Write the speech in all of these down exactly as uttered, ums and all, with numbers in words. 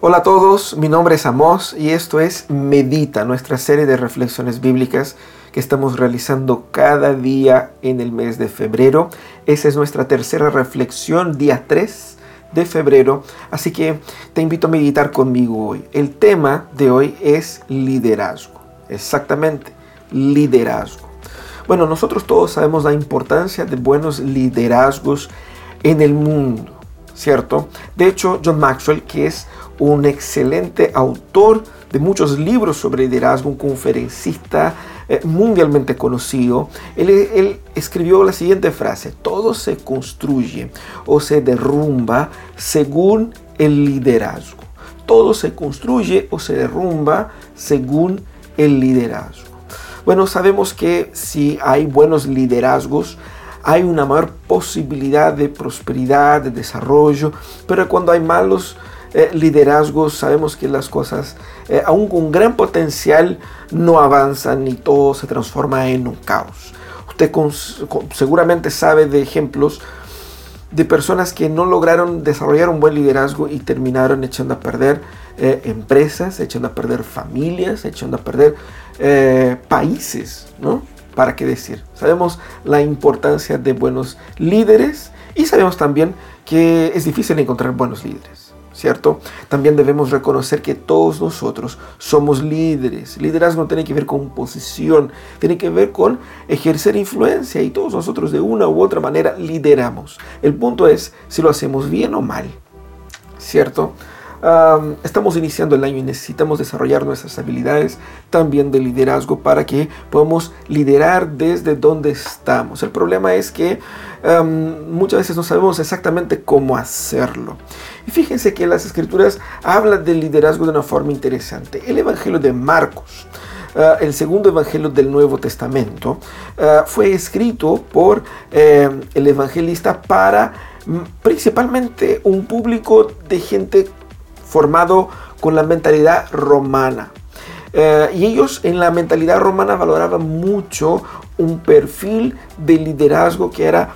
Hola a todos, mi nombre es Amos y esto es Medita, nuestra serie de reflexiones bíblicas que estamos realizando cada día en el mes de febrero. Esa es nuestra tercera reflexión, día tres de febrero, así que te invito a meditar conmigo hoy. El tema de hoy es liderazgo, exactamente, liderazgo. Bueno, nosotros todos sabemos la importancia de buenos liderazgos en el mundo, ¿cierto? De hecho, John Maxwell, que es un excelente autor de muchos libros sobre liderazgo, un conferencista eh, mundialmente conocido, él, él escribió la siguiente frase: todo se construye o se derrumba según el liderazgo. Todo se construye o se derrumba según el liderazgo. Bueno, sabemos que si hay buenos liderazgos, hay una mayor posibilidad de prosperidad, de desarrollo, pero cuando hay malos eh, liderazgos, sabemos que las cosas, eh, aún con gran potencial, no avanzan y todo se transforma en un caos. Usted con, con, seguramente sabe de ejemplos de personas que no lograron desarrollar un buen liderazgo y terminaron echando a perder eh, empresas, echando a perder familias, echando a perder eh, países, ¿no? ¿Para qué decir? Sabemos la importancia de buenos líderes y sabemos también que es difícil encontrar buenos líderes, ¿cierto? También debemos reconocer que todos nosotros somos líderes. Liderazgo no tiene que ver con posición, tiene que ver con ejercer influencia y todos nosotros de una u otra manera lideramos. El punto es si lo hacemos bien o mal, ¿cierto? Um, estamos iniciando el año y necesitamos desarrollar nuestras habilidades también de liderazgo para que podamos liderar desde donde estamos. El problema es que um, muchas veces no sabemos exactamente cómo hacerlo. Y fíjense que las escrituras hablan del liderazgo de una forma interesante. El Evangelio de Marcos, Uh, el segundo evangelio del Nuevo Testamento, uh, fue escrito por uh, el evangelista para m, principalmente un público de gente formado con la mentalidad romana. Uh, y ellos en la mentalidad romana valoraban mucho un perfil de liderazgo que era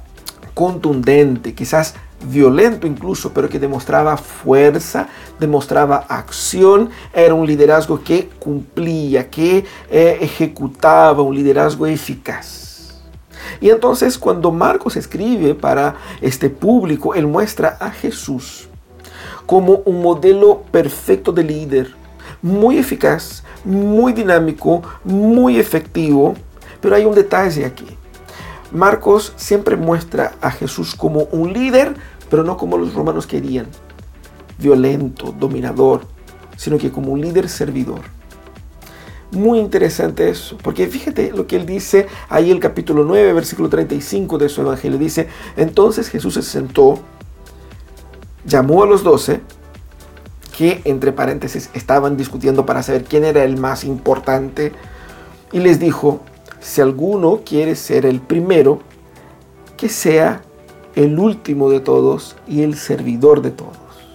contundente, quizás violento incluso, pero que demostraba fuerza, demostraba acción. Era un liderazgo que cumplía, que eh, ejecutaba, un liderazgo eficaz. Y entonces cuando Marcos escribe para este público, él muestra a Jesús como un modelo perfecto de líder, muy eficaz, muy dinámico, muy efectivo. Pero hay un detalle aquí. Marcos siempre muestra a Jesús como un líder, pero no como los romanos querían, violento, dominador, sino que como un líder servidor. Muy interesante eso, porque fíjate lo que él dice ahí en el capítulo nueve, versículo treinta y cinco de su evangelio. Dice: entonces Jesús se sentó, llamó a los doce, que entre paréntesis estaban discutiendo para saber quién era el más importante, y les dijo: si alguno quiere ser el primero, que sea el último de todos y el servidor de todos.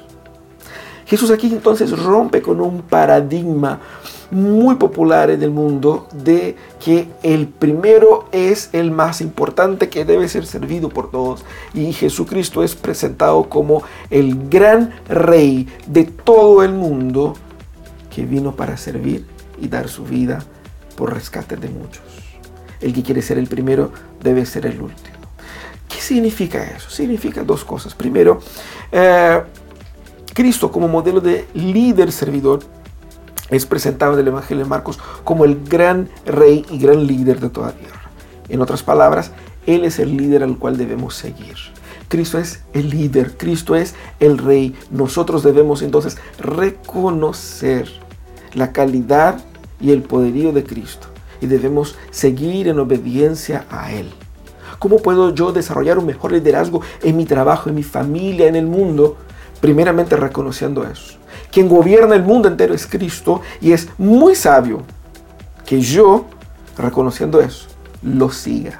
Jesús aquí entonces rompe con un paradigma muy popular en el mundo de que el primero es el más importante, que debe ser servido por todos. Y Jesucristo es presentado como el gran rey de todo el mundo, que vino para servir y dar su vida por rescate de muchos. El que quiere ser el primero debe ser el último. ¿Qué significa eso? Significa dos cosas. Primero, eh, Cristo como modelo de líder servidor es presentado en el Evangelio de Marcos como el gran rey y gran líder de toda la tierra. En otras palabras, Él es el líder al cual debemos seguir. Cristo es el líder, Cristo es el rey. Nosotros debemos entonces reconocer la calidad y el poderío de Cristo y debemos seguir en obediencia a Él. ¿Cómo puedo yo desarrollar un mejor liderazgo en mi trabajo, en mi familia, en el mundo? Primeramente reconociendo eso. Quien gobierna el mundo entero es Cristo y es muy sabio que yo, reconociendo eso, lo siga.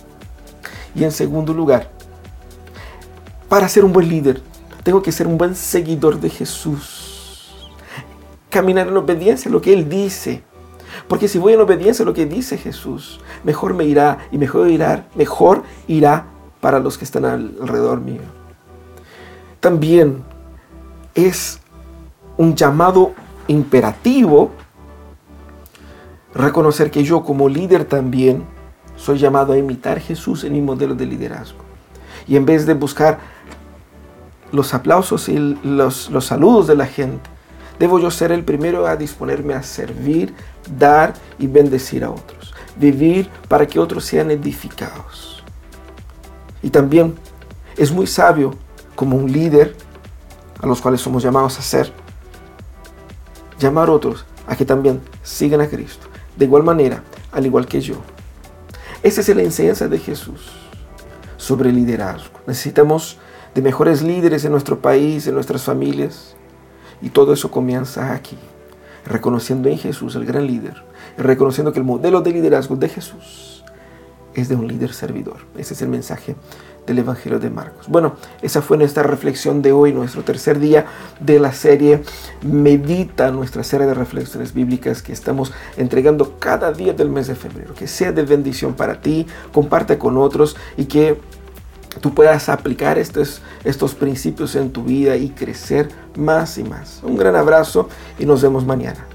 Y en segundo lugar, para ser un buen líder, tengo que ser un buen seguidor de Jesús. Caminar en obediencia a lo que Él dice. Porque si voy en obediencia a lo que dice Jesús, mejor me irá y mejor irá, mejor irá para los que están alrededor mío. También es un llamado imperativo, reconocer que yo como líder también soy llamado a imitar a Jesús en mi modelo de liderazgo. Y en vez de buscar los aplausos y los, los saludos de la gente, debo yo ser el primero a disponerme a servir, dar y bendecir a otros. Vivir para que otros sean edificados. Y también es muy sabio como un líder, a los cuales somos llamados a ser, llamar a otros a que también sigan a Cristo. De igual manera, al igual que yo. Esa es la enseñanza de Jesús sobre liderazgo. Necesitamos de mejores líderes en nuestro país, en nuestras familias. Y todo eso comienza aquí, reconociendo en Jesús el gran líder, y reconociendo que el modelo de liderazgo de Jesús es de un líder servidor. Ese es el mensaje del Evangelio de Marcos. Bueno, esa fue nuestra reflexión de hoy, nuestro tercer día de la serie Medita, nuestra serie de reflexiones bíblicas que estamos entregando cada día del mes de febrero. Que sea de bendición para ti, comparte con otros y que tú puedas aplicar estos, estos principios en tu vida y crecer más y más. Un gran abrazo y nos vemos mañana.